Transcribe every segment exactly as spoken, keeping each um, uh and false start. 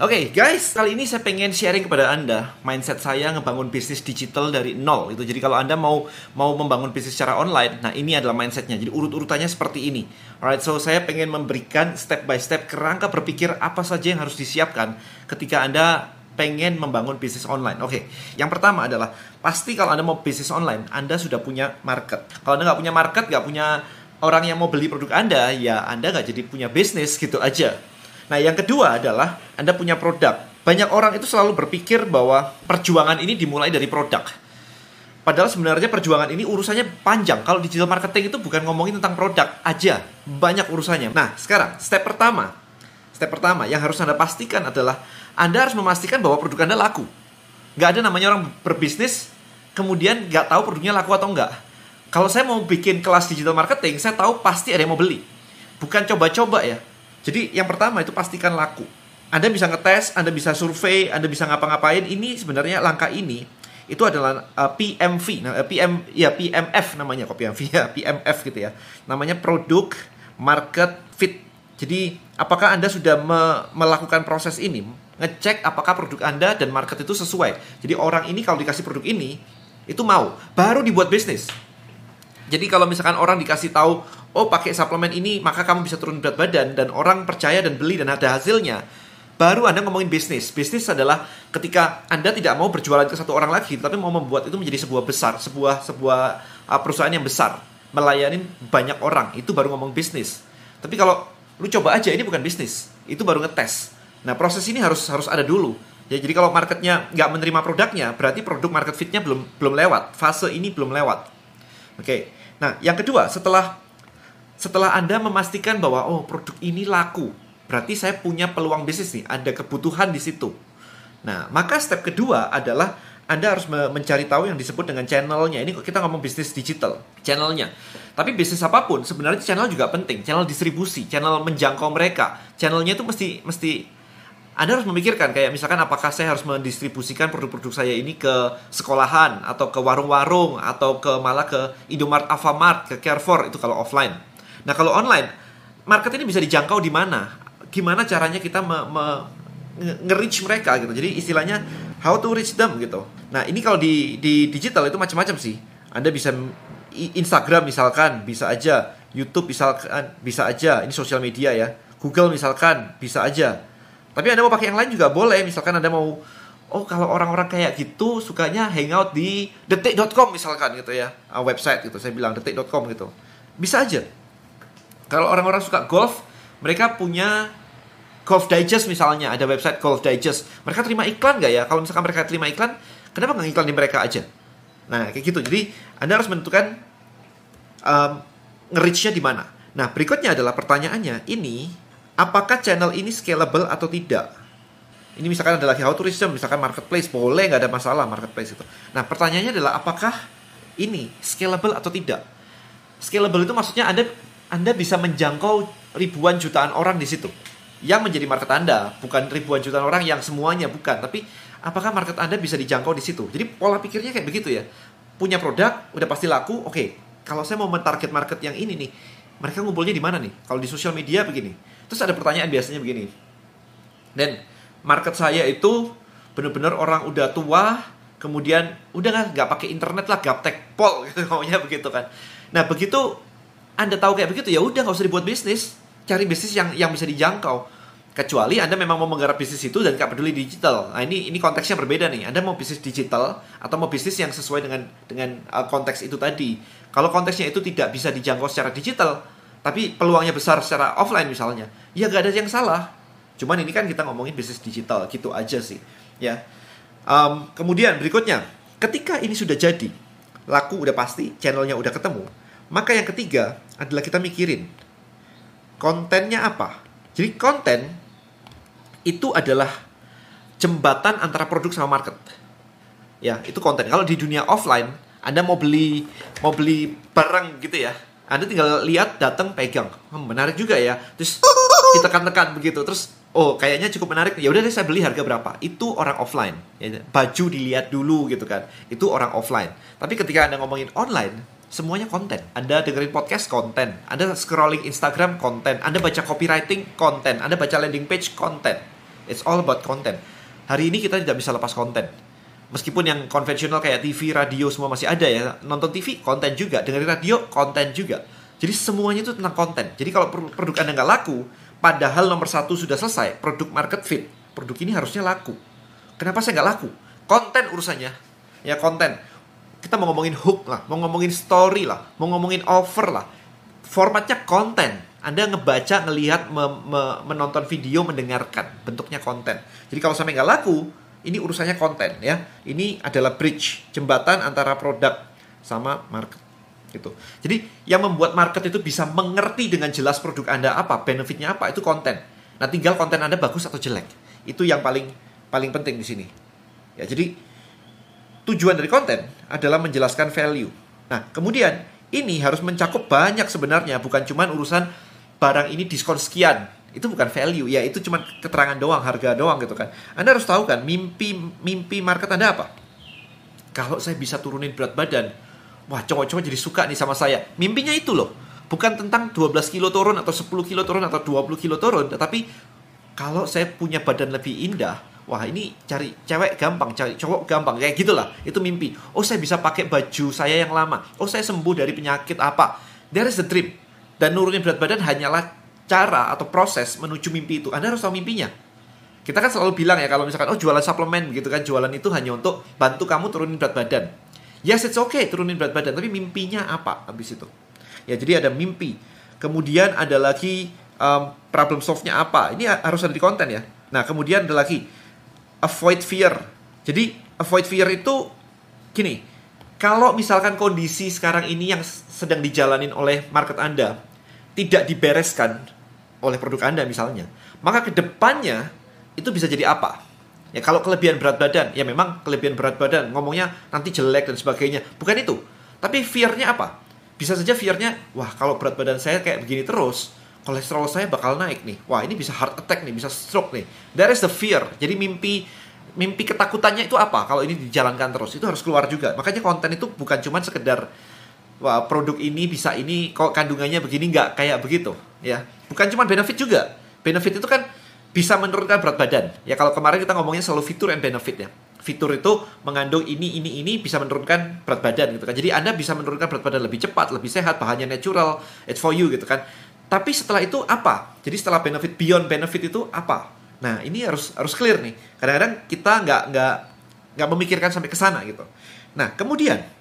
Oke okay, guys, kali ini saya pengen sharing kepada Anda mindset saya ngebangun bisnis digital dari nol itu. Jadi kalau Anda mau mau membangun bisnis secara online, nah ini adalah mindsetnya. Jadi urut-urutannya seperti ini. Alright, so saya pengen memberikan step by step kerangka berpikir apa saja yang harus disiapkan ketika Anda pengen membangun bisnis online. Oke, okay. Yang pertama adalah pasti kalau Anda mau bisnis online, Anda sudah punya market. Kalau Anda nggak punya market, nggak punya orang yang mau beli produk Anda, ya Anda nggak jadi punya bisnis gitu aja. Nah, yang kedua adalah Anda punya produk. Banyak orang itu selalu berpikir bahwa perjuangan ini dimulai dari produk. Padahal sebenarnya perjuangan ini urusannya panjang. Kalau digital marketing itu bukan ngomongin tentang produk aja, banyak urusannya. Nah, sekarang step pertama. Step pertama yang harus Anda pastikan adalah Anda harus memastikan bahwa produk Anda laku. Nggak ada namanya orang berbisnis, kemudian nggak tahu produknya laku atau enggak. Kalau saya mau bikin kelas digital marketing, saya tahu pasti ada yang mau beli. Bukan coba-coba ya. Jadi yang pertama itu pastikan laku. Anda bisa ngetes, Anda bisa survei, Anda bisa ngapa-ngapain. Ini sebenarnya langkah ini itu adalah uh, P M V, nah, P M ya P M F namanya kok P M V ya P M F gitu ya. Namanya product market fit. Jadi apakah Anda sudah me- melakukan proses ini, ngecek apakah produk Anda dan market itu sesuai. Jadi orang ini kalau dikasih produk ini itu mau, baru dibuat bisnis. Jadi kalau misalkan orang dikasih tahu, oh pakai suplemen ini maka kamu bisa turun berat badan, dan orang percaya dan beli dan ada hasilnya, baru Anda ngomongin bisnis. Bisnis adalah ketika Anda tidak mau berjualan ke satu orang lagi, tapi mau membuat itu menjadi sebuah besar, sebuah sebuah uh, perusahaan yang besar, melayani banyak orang, itu baru ngomong bisnis. Tapi kalau lu coba aja, ini bukan bisnis, itu baru ngetes. Nah, proses ini harus harus ada dulu. Ya, jadi kalau marketnya nggak menerima produknya, berarti produk market fitnya belum belum lewat, fase ini belum lewat. Oke. Okay. Nah, yang kedua, setelah setelah Anda memastikan bahwa oh produk ini laku, berarti saya punya peluang bisnis nih, ada kebutuhan di situ. Nah, maka step kedua adalah Anda harus mencari tahu yang disebut dengan channelnya. Ini kita ngomong bisnis digital, channelnya. Tapi bisnis apapun sebenarnya channel juga penting, channel distribusi, channel menjangkau mereka. Channelnya itu mesti mesti Anda harus memikirkan, kayak misalkan apakah saya harus mendistribusikan produk-produk saya ini ke sekolahan, atau ke warung-warung, atau ke malah ke Indomart, Alfamart, ke Carrefour, itu kalau offline. Nah, kalau online, market ini bisa dijangkau di mana? Gimana caranya kita me, me, nge-reach mereka gitu. Jadi istilahnya how to reach them gitu. Nah, ini kalau di, di digital itu macam-macam sih. Anda bisa Instagram misalkan, bisa aja. YouTube misalkan, bisa aja. Ini sosial media ya. Google misalkan, bisa aja. Tapi Anda mau pakai yang lain juga boleh. Misalkan Anda mau, oh kalau orang-orang kayak gitu sukanya hangout di detik dot com misalkan gitu ya, website gitu, saya bilang detik dot com gitu, bisa aja. Kalau orang-orang suka golf, mereka punya Golf Digest misalnya, ada website Golf Digest. Mereka terima iklan nggak ya? Kalau misalkan mereka terima iklan, kenapa nggak iklan di mereka aja? Nah, kayak gitu. Jadi Anda harus menentukan um, nge-reach-nya di mana. Nah, berikutnya adalah pertanyaannya, ini apakah channel ini scalable atau tidak? Ini misalkan adalah how to reach them, misalkan marketplace, boleh, nggak ada masalah marketplace itu. Nah, pertanyaannya adalah apakah ini scalable atau tidak? Scalable itu maksudnya Anda Anda bisa menjangkau ribuan jutaan orang di situ yang menjadi market Anda, bukan ribuan jutaan orang yang semuanya, bukan. Tapi apakah market Anda bisa dijangkau di situ? Jadi pola pikirnya kayak begitu ya. Punya produk, udah pasti laku, oke. Kalau saya mau mentarget market yang ini nih, mereka ngumpulnya di mana nih? Kalau di sosial media begini. Terus ada pertanyaan biasanya begini. Dan market saya itu benar-benar orang udah tua, kemudian udah nggak nggak pakai internet lah, gaptek pol gitu, ngomongnya begitu kan. Nah, begitu Anda tahu kayak begitu, ya udah nggak usah dibuat bisnis. Cari bisnis yang yang bisa dijangkau. Kecuali Anda memang mau menggarap bisnis itu dan nggak peduli digital. Nah, ini ini konteksnya berbeda nih. Anda mau bisnis digital atau mau bisnis yang sesuai dengan dengan uh, konteks itu tadi. Kalau konteksnya itu tidak bisa dijangkau secara digital, tapi peluangnya besar secara offline misalnya, ya gak ada yang salah. Cuman ini kan kita ngomongin bisnis digital, gitu aja sih ya. um, Kemudian berikutnya, ketika ini sudah jadi, laku udah pasti, channelnya udah ketemu, maka yang ketiga adalah kita mikirin kontennya apa. Jadi konten itu adalah jembatan antara produk sama market. Ya, itu konten. Kalau di dunia offline, Anda mau beli mau beli barang gitu ya, Anda tinggal lihat, datang, pegang. Hmm, menarik juga ya. Terus ditekan-tekan begitu. Terus, oh kayaknya cukup menarik. Ya udah deh, saya beli, harga berapa? Itu orang offline. Ya, baju dilihat dulu gitu kan. Itu orang offline. Tapi ketika Anda ngomongin online, semuanya konten. Anda dengerin podcast, konten. Anda scrolling Instagram, konten. Anda baca copywriting, konten. Anda baca landing page, konten. It's all about content. Hari ini kita tidak bisa lepas konten. Meskipun yang konvensional kayak T V, radio semua masih ada ya. Nonton T V, konten juga. Dengerin radio, konten juga. Jadi semuanya itu tentang konten. Jadi kalau produk Anda nggak laku, padahal nomor satu sudah selesai, produk market fit, produk ini harusnya laku. Kenapa saya nggak laku? Konten urusannya. Ya konten. Kita mau ngomongin hook lah, mau ngomongin story lah, mau ngomongin offer lah. Formatnya konten. Anda ngebaca, ngelihat, me- me- menonton video, mendengarkan. Bentuknya konten. Jadi kalau sampai nggak laku, ini urusannya konten ya. Ini adalah bridge, jembatan antara produk sama market gitu. Jadi yang membuat market itu bisa mengerti dengan jelas produk Anda apa, benefitnya apa, itu konten. Nah, tinggal konten Anda bagus atau jelek. Itu yang paling paling penting di sini. Ya, jadi tujuan dari konten adalah menjelaskan value. Nah, kemudian ini harus mencakup banyak sebenarnya, bukan cuma urusan barang ini diskon sekian. Itu bukan value, ya itu cuma keterangan doang, harga doang gitu kan. Anda harus tahu kan, mimpi mimpi market Anda apa? Kalau saya bisa turunin berat badan, wah cowok-cowok jadi suka nih sama saya. Mimpinya itu loh, bukan tentang dua belas kilo turun atau sepuluh kilo turun atau dua puluh kilo turun, tetapi kalau saya punya badan lebih indah, wah ini cari cewek gampang, cari cowok gampang, kayak gitulah. Itu mimpi. Oh saya bisa pakai baju saya yang lama. Oh saya sembuh dari penyakit apa. There is the dream. Dan nurunin berat badan hanyalah cara atau proses menuju mimpi itu. Anda harus tahu mimpinya. Kita kan selalu bilang ya, kalau misalkan, oh jualan suplemen gitu kan, jualan itu hanya untuk bantu kamu turunin berat badan. Yes, it's okay turunin berat badan, tapi mimpinya apa habis itu? Ya, jadi ada mimpi. Kemudian ada lagi um, problem solve-nya apa. Ini harus ada di konten ya. Nah, kemudian ada lagi avoid fear. Jadi, avoid fear itu gini, kalau misalkan kondisi sekarang ini yang sedang dijalanin oleh market Anda tidak dibereskan oleh produk Anda misalnya, maka kedepannya itu bisa jadi apa? Ya kalau kelebihan berat badan, ya memang kelebihan berat badan, ngomongnya nanti jelek dan sebagainya. Bukan itu. Tapi fear-nya apa? Bisa saja fear-nya, wah kalau berat badan saya kayak begini terus, kolesterol saya bakal naik nih. Wah ini bisa heart attack nih, bisa stroke nih. There is the fear. Jadi mimpi mimpi ketakutannya itu apa? Kalau ini dijalankan terus, itu harus keluar juga. Makanya konten itu bukan cuma sekedar, wah produk ini bisa ini, kok kandungannya begini, nggak kayak begitu ya. Bukan cuma benefit juga. Benefit itu kan bisa menurunkan berat badan. Ya kalau kemarin kita ngomongnya selalu fitur and benefit ya. Fitur itu mengandung ini, ini, ini bisa menurunkan berat badan gitu kan. Jadi Anda bisa menurunkan berat badan lebih cepat, lebih sehat, bahannya natural, it's for you gitu kan. Tapi setelah itu apa? Jadi setelah benefit, beyond benefit itu apa? Nah ini harus harus clear nih. Kadang-kadang kita nggak nggak nggak memikirkan sampai ke sana gitu. Nah kemudian,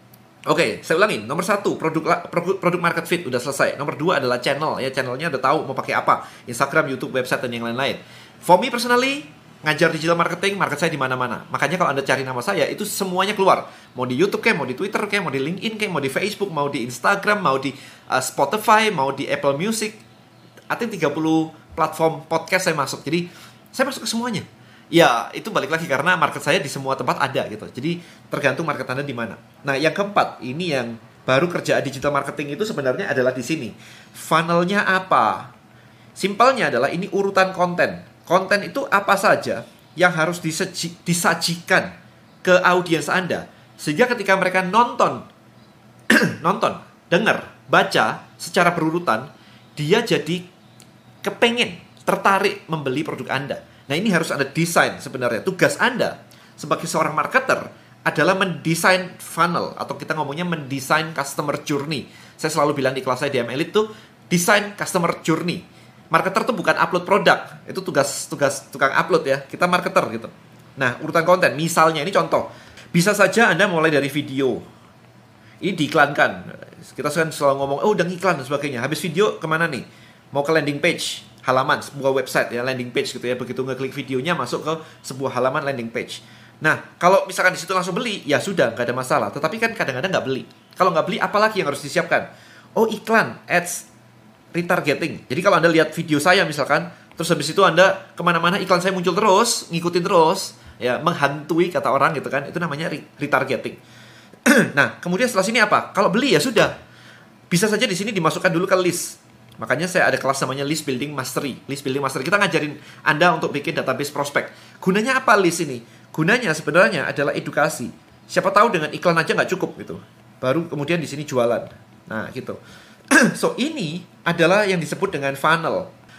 oke, saya ulangin. Nomor satu, produk, produk produk market fit udah selesai. Nomor dua adalah channel. Ya, channelnya udah tahu mau pakai apa. Instagram, YouTube, website, dan yang lain-lain. For me personally, ngajar digital marketing, market saya di mana-mana. Makanya kalau Anda cari nama saya, itu semuanya keluar. Mau di YouTube kayak, mau di Twitter kayak, mau di LinkedIn kayak, mau di Facebook, mau di Instagram, mau di uh, Spotify, mau di Apple Music. I think tiga puluh platform podcast saya masuk. Jadi, saya masuk ke semuanya. Ya, itu balik lagi karena market saya di semua tempat ada gitu. Jadi tergantung market Anda di mana. Nah, yang keempat, ini yang baru kerjaan digital marketing itu sebenarnya adalah di sini. Funnelnya apa? Simpelnya adalah ini urutan konten. Konten itu apa saja yang harus disaji, disajikan ke audiens Anda sehingga ketika mereka nonton, nonton, dengar, baca secara berurutan, dia jadi kepengen, tertarik membeli produk Anda. Nah ini harus Anda desain sebenarnya. Tugas Anda sebagai seorang marketer adalah mendesain funnel, atau kita ngomongnya mendesain customer journey. Saya selalu bilang di kelas saya di M Elite tuh, desain customer journey. Marketer tuh bukan upload produk, itu tugas tugas tukang upload ya. Kita marketer gitu. Nah urutan konten, misalnya ini contoh. Bisa saja Anda mulai dari video. Ini diiklankan. Kita kan selalu ngomong, oh udah ngiklan dan sebagainya. Habis video kemana nih? Mau ke landing page, halaman, sebuah website ya, landing page gitu ya. Begitu ngeklik videonya masuk ke sebuah halaman landing page. Nah, kalau misalkan di situ langsung beli, ya sudah, nggak ada masalah. Tetapi kan kadang-kadang nggak beli. Kalau nggak beli, apalagi yang harus disiapkan? Oh, iklan, ads, retargeting. Jadi kalau Anda lihat video saya misalkan, terus habis itu Anda kemana-mana iklan saya muncul terus, ngikutin terus, ya menghantui kata orang gitu kan, itu namanya retargeting. Nah, kemudian setelah sini apa? Kalau beli ya sudah. Bisa saja di sini dimasukkan dulu ke list. Makanya saya ada kelas namanya List Building Mastery. List Building Mastery. Kita ngajarin Anda untuk bikin database prospek. Gunanya apa list ini? Gunanya sebenarnya adalah edukasi. Siapa tahu dengan iklan aja nggak cukup gitu. Baru kemudian di sini jualan. Nah gitu. So ini adalah yang disebut dengan funnel.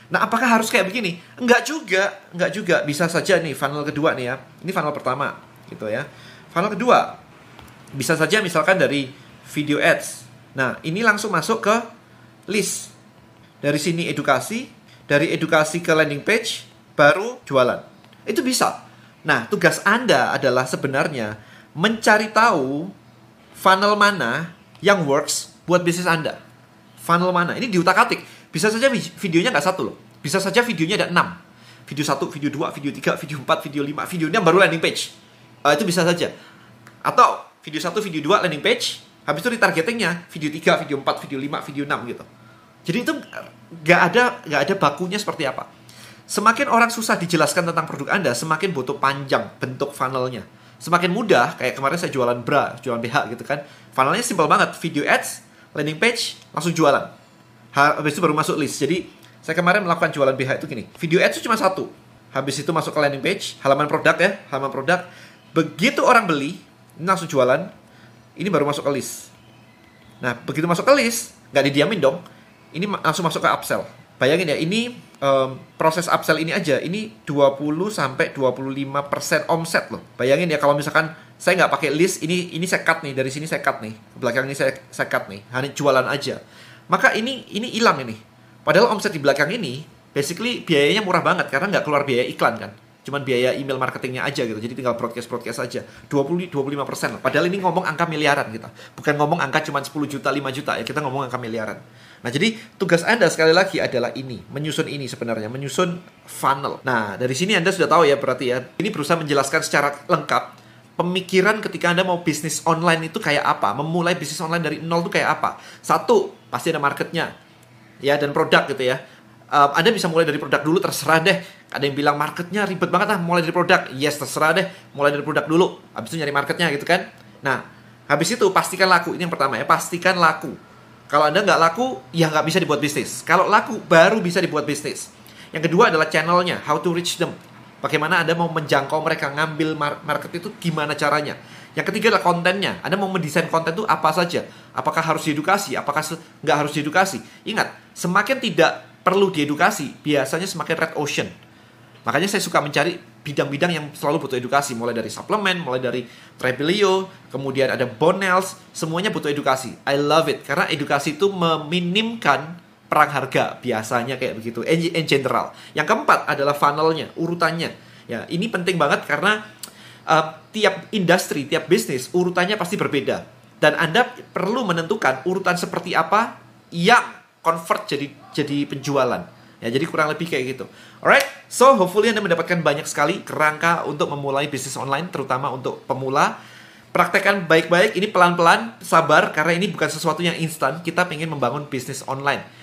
Nah, apakah harus kayak begini? Enggak juga, enggak juga. Bisa saja nih funnel kedua nih ya. Ini funnel pertama, gitu ya. Funnel kedua, bisa saja misalkan dari video ads. Nah, ini langsung masuk ke list. Dari sini edukasi, dari edukasi ke landing page, baru jualan. Itu bisa. Nah, tugas Anda adalah sebenarnya mencari tahu funnel mana yang works buat bisnis Anda. Funnel mana? Ini diutak-atik. Bisa saja videonya nggak satu loh. Bisa saja videonya ada enam. Video satu, video dua, video tiga, video empat, video lima. Videonya baru landing page. Uh, itu bisa saja. Atau video satu, video dua, landing page. Habis itu retargetingnya video tiga, video empat, video lima, video enam gitu. Jadi itu nggak ada, nggak ada bakunya seperti apa. Semakin orang susah dijelaskan tentang produk Anda, semakin butuh panjang bentuk funnelnya. Semakin mudah, kayak kemarin saya jualan bra, jualan B H gitu kan. Funnelnya simpel banget. Video ads, landing page, langsung jualan. Habis itu baru masuk list. Jadi saya kemarin melakukan jualan B H itu gini. Video ads itu cuma satu. Habis itu masuk ke landing page, halaman produk ya, halaman produk. Begitu orang beli, ini langsung jualan. Ini baru masuk ke list. Nah, begitu masuk ke list, nggak didiamin dong. Ini langsung masuk ke upsell. Bayangin ya, ini um, proses upsell ini aja, ini dua puluh sampai dua puluh lima persen omset loh. Bayangin ya kalau misalkan saya nggak pakai list, ini ini saya cut nih, dari sini saya cut nih. Belakang ini saya, saya cut nih, hanya jualan aja. Maka ini ini hilang ini. Padahal omset di belakang ini, basically biayanya murah banget karena nggak keluar biaya iklan kan. Cuman biaya email marketingnya aja gitu. Jadi tinggal broadcast-broadcast aja. dua puluh sampai dua puluh lima persen. Padahal ini ngomong angka miliaran kita. Bukan ngomong angka cuma sepuluh juta, lima juta ya. Kita ngomong angka miliaran. Nah, jadi tugas Anda sekali lagi adalah ini. Menyusun ini sebenarnya. Menyusun funnel. Nah, dari sini Anda sudah tahu ya berarti ya. Ini berusaha menjelaskan secara lengkap pemikiran ketika Anda mau bisnis online itu kayak apa. Memulai bisnis online dari nol itu kayak apa. Satu, pasti ada marketnya. Ya, dan produk gitu ya. Um, Anda bisa mulai dari produk dulu, terserah deh. Ada yang bilang marketnya ribet banget lah, mulai dari produk. Yes, terserah deh, mulai dari produk dulu. Habis itu nyari marketnya gitu kan. Nah, habis itu pastikan laku. Ini yang pertama ya, pastikan laku. Kalau Anda nggak laku, ya nggak bisa dibuat bisnis. Kalau laku, baru bisa dibuat bisnis. Yang kedua adalah channelnya, how to reach them. Bagaimana Anda mau menjangkau mereka, ngambil market itu gimana caranya. Yang ketiga adalah kontennya. Anda mau mendesain konten itu apa saja. Apakah harus diedukasi, apakah nggak harus diedukasi. Ingat, semakin tidak perlu diedukasi, biasanya semakin red ocean. Makanya saya suka mencari bidang-bidang yang selalu butuh edukasi. Mulai dari suplemen, mulai dari Trebelio, kemudian ada Bonels, semuanya butuh edukasi. I love it, karena edukasi itu meminimkan perang harga. Biasanya kayak begitu, in general. Yang keempat adalah funnelnya, urutannya. Ya, ini penting banget karena uh, tiap industri, tiap bisnis, urutannya pasti berbeda. Dan Anda perlu menentukan urutan seperti apa yang convert jadi jadi penjualan. Ya, jadi kurang lebih kayak gitu. Alright, so hopefully Anda mendapatkan banyak sekali kerangka untuk memulai bisnis online, terutama untuk pemula. Praktekkan baik-baik, ini pelan-pelan, sabar, karena ini bukan sesuatu yang instan. Kita pengen membangun bisnis online.